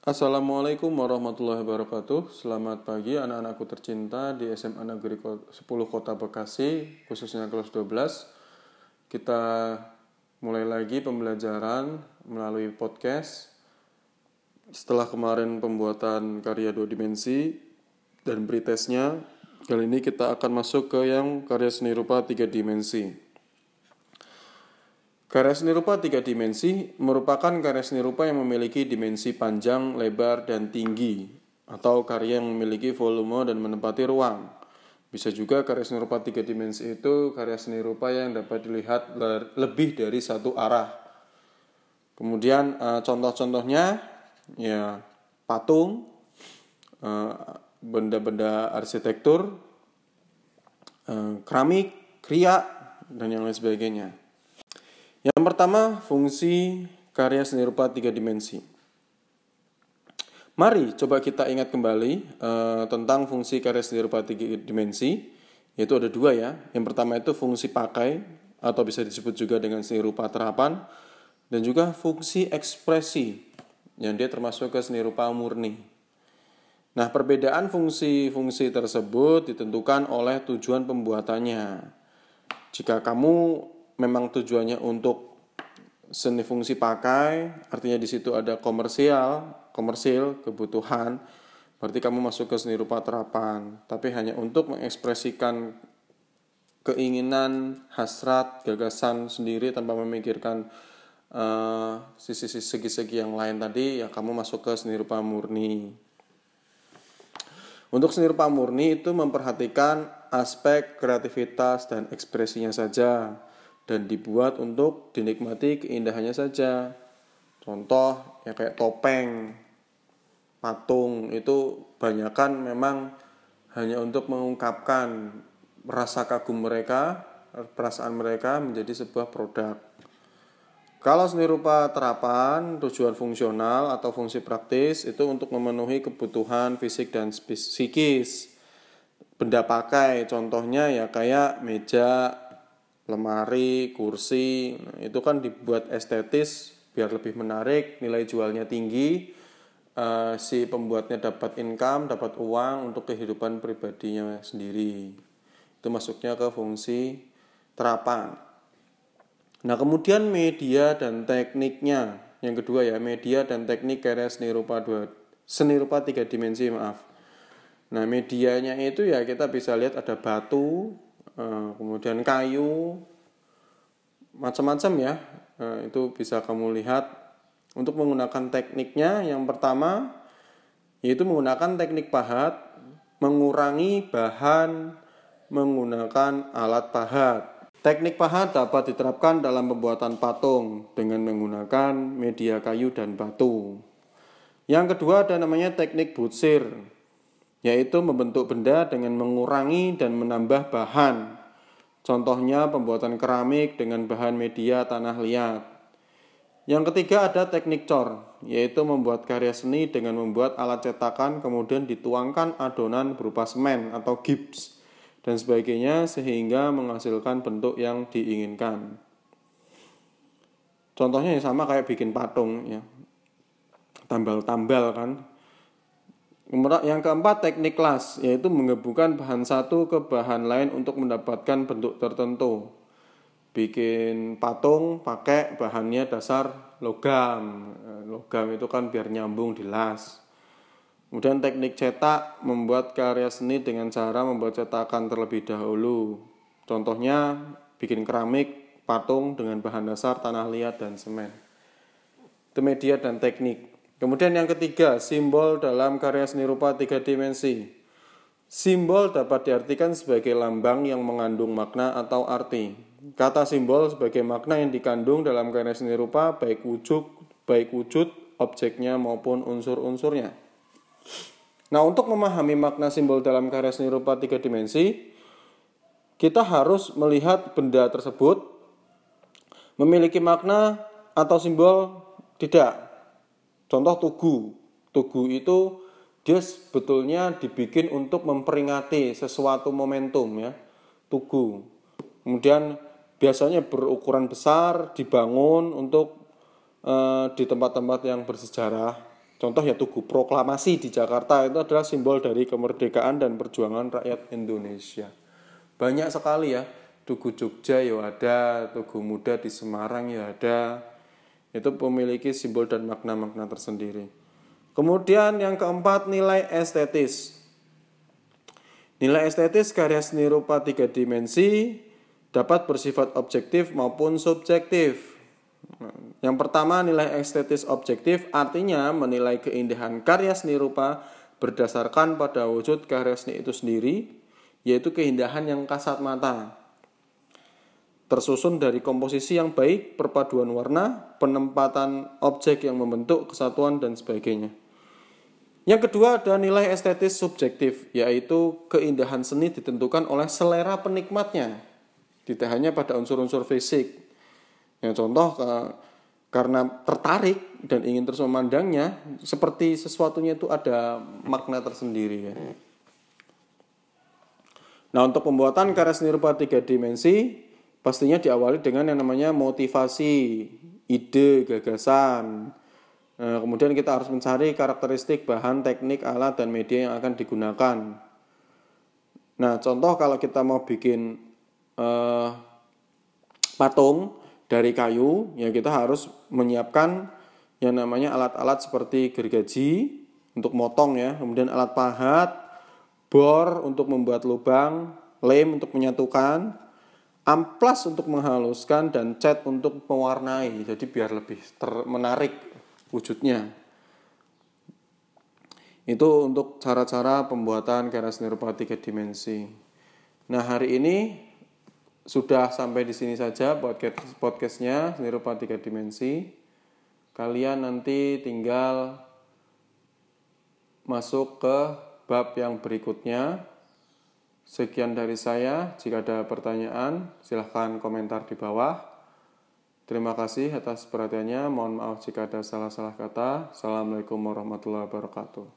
Assalamualaikum warahmatullahi wabarakatuh. Selamat pagi anak-anakku tercinta di SMA Negeri 10 Kota Bekasi, khususnya kelas 12. Kita mulai lagi pembelajaran melalui podcast. Setelah kemarin pembuatan karya 2 dimensi dan pretestnya, kali ini kita akan masuk ke yang karya seni rupa 3 dimensi. Karya seni rupa 3 dimensi merupakan karya seni rupa yang memiliki dimensi panjang, lebar, dan tinggi, atau karya yang memiliki volume dan menempati ruang. Bisa juga karya seni rupa 3 dimensi itu karya seni rupa yang dapat dilihat lebih dari satu arah. Kemudian contoh-contohnya ya patung, benda-benda arsitektur, keramik, kriya, dan yang lain sebagainya. Yang pertama, fungsi karya seni rupa 3 dimensi. Mari coba kita ingat kembali tentang fungsi karya seni rupa 3 dimensi, yaitu ada 2 ya. Yang pertama itu fungsi pakai, atau bisa disebut juga dengan seni rupa terapan, dan juga fungsi ekspresi, yang dia termasuk ke seni rupa murni. Nah, perbedaan fungsi-fungsi tersebut ditentukan oleh tujuan pembuatannya. Jika kamu memang tujuannya untuk seni fungsi pakai, artinya di situ ada komersil kebutuhan, berarti kamu masuk ke seni rupa terapan. Tapi hanya untuk mengekspresikan keinginan, hasrat, gagasan sendiri tanpa memikirkan segi-segi yang lain tadi, ya kamu masuk ke seni rupa murni. Untuk seni rupa murni itu memperhatikan aspek kreativitas dan ekspresinya saja, dan dibuat untuk dinikmati keindahannya saja. Contoh ya kayak topeng, patung, itu banyakan memang hanya untuk mengungkapkan rasa kagum mereka, perasaan mereka menjadi sebuah produk. Kalau seni rupa terapan, tujuan fungsional atau fungsi praktis itu untuk memenuhi kebutuhan fisik dan psikis. Benda pakai, contohnya ya kayak meja, lemari, kursi, itu kan dibuat estetis biar lebih menarik, nilai jualnya tinggi, si pembuatnya dapat income, dapat uang untuk kehidupan pribadinya sendiri. Itu masuknya ke fungsi terapan. Nah, kemudian media dan tekniknya, yang kedua ya, media dan teknik karya seni rupa 3 dimensi, maaf. Nah, medianya itu ya kita bisa lihat ada batu, kemudian kayu, macam-macam ya. Itu bisa kamu lihat. Untuk menggunakan tekniknya, yang pertama yaitu menggunakan teknik pahat, mengurangi bahan menggunakan alat pahat. Teknik pahat dapat diterapkan dalam pembuatan patung dengan menggunakan media kayu dan batu. Yang kedua ada namanya teknik butsir, yaitu membentuk benda dengan mengurangi dan menambah bahan. Contohnya pembuatan keramik dengan bahan media tanah liat. Yang ketiga ada teknik cor, yaitu membuat karya seni dengan membuat alat cetakan kemudian dituangkan adonan berupa semen atau gips dan sebagainya sehingga menghasilkan bentuk yang diinginkan. Contohnya yang sama kayak bikin patung ya. Tambal-tambal kan. Yang keempat teknik las, yaitu menggabungkan bahan satu ke bahan lain untuk mendapatkan bentuk tertentu. Bikin patung pakai bahannya dasar logam. Logam itu kan biar nyambung di las. Kemudian teknik cetak, membuat karya seni dengan cara membuat cetakan terlebih dahulu. Contohnya bikin keramik, patung dengan bahan dasar tanah liat dan semen. Itu media dan teknik. Kemudian yang ketiga, simbol dalam karya seni rupa 3 dimensi. Simbol dapat diartikan sebagai lambang yang mengandung makna atau arti. Kata simbol sebagai makna yang dikandung dalam karya seni rupa baik wujud objeknya maupun unsur-unsurnya. Nah, untuk memahami makna simbol dalam karya seni rupa 3 dimensi, kita harus melihat benda tersebut memiliki makna atau simbol tidak. Contoh tugu. Tugu itu dia sebetulnya dibikin untuk memperingati sesuatu momentum ya. Tugu. Kemudian biasanya berukuran besar, dibangun untuk di tempat-tempat yang bersejarah. Contoh ya Tugu Proklamasi di Jakarta itu adalah simbol dari kemerdekaan dan perjuangan rakyat Indonesia. Banyak sekali ya, Tugu Jogja ya ada, Tugu Muda di Semarang ya ada. Itu memiliki simbol dan makna-makna tersendiri. Kemudian yang keempat, nilai estetis. Nilai estetis karya seni rupa 3 dimensi dapat bersifat objektif maupun subjektif. Yang pertama, nilai estetis objektif artinya menilai keindahan karya seni rupa berdasarkan pada wujud karya seni itu sendiri, yaitu keindahan yang kasat mata. Tersusun dari komposisi yang baik, perpaduan warna, penempatan objek yang membentuk kesatuan, dan sebagainya. Yang kedua ada nilai estetis subjektif, yaitu keindahan seni ditentukan oleh selera penikmatnya, tidak hanya pada unsur-unsur fisik. Ya, contoh karena tertarik dan ingin terus memandangnya, seperti sesuatunya itu ada makna tersendiri. Ya. Nah, untuk pembuatan karya seni rupa 3 dimensi, pastinya diawali dengan yang namanya motivasi, ide, gagasan. Nah, kemudian kita harus mencari karakteristik, bahan, teknik, alat, dan media yang akan digunakan. Nah, contoh kalau kita mau bikin patung dari kayu, ya kita harus menyiapkan yang namanya alat-alat seperti gergaji untuk motong ya, kemudian alat pahat, bor untuk membuat lubang, lem untuk menyatukan, amplas untuk menghaluskan, dan cat untuk mewarnai. Jadi biar lebih menarik wujudnya. Itu untuk cara-cara pembuatan karya seni rupa 3 dimensi. Nah, hari ini sudah sampai di sini saja podcastnya seni rupa 3 dimensi. Kalian nanti tinggal masuk ke bab yang berikutnya. Sekian dari saya. Jika ada pertanyaan, silahkan komentar di bawah. Terima kasih atas perhatiannya. Mohon maaf jika ada salah-salah kata. Assalamualaikum warahmatullahi wabarakatuh.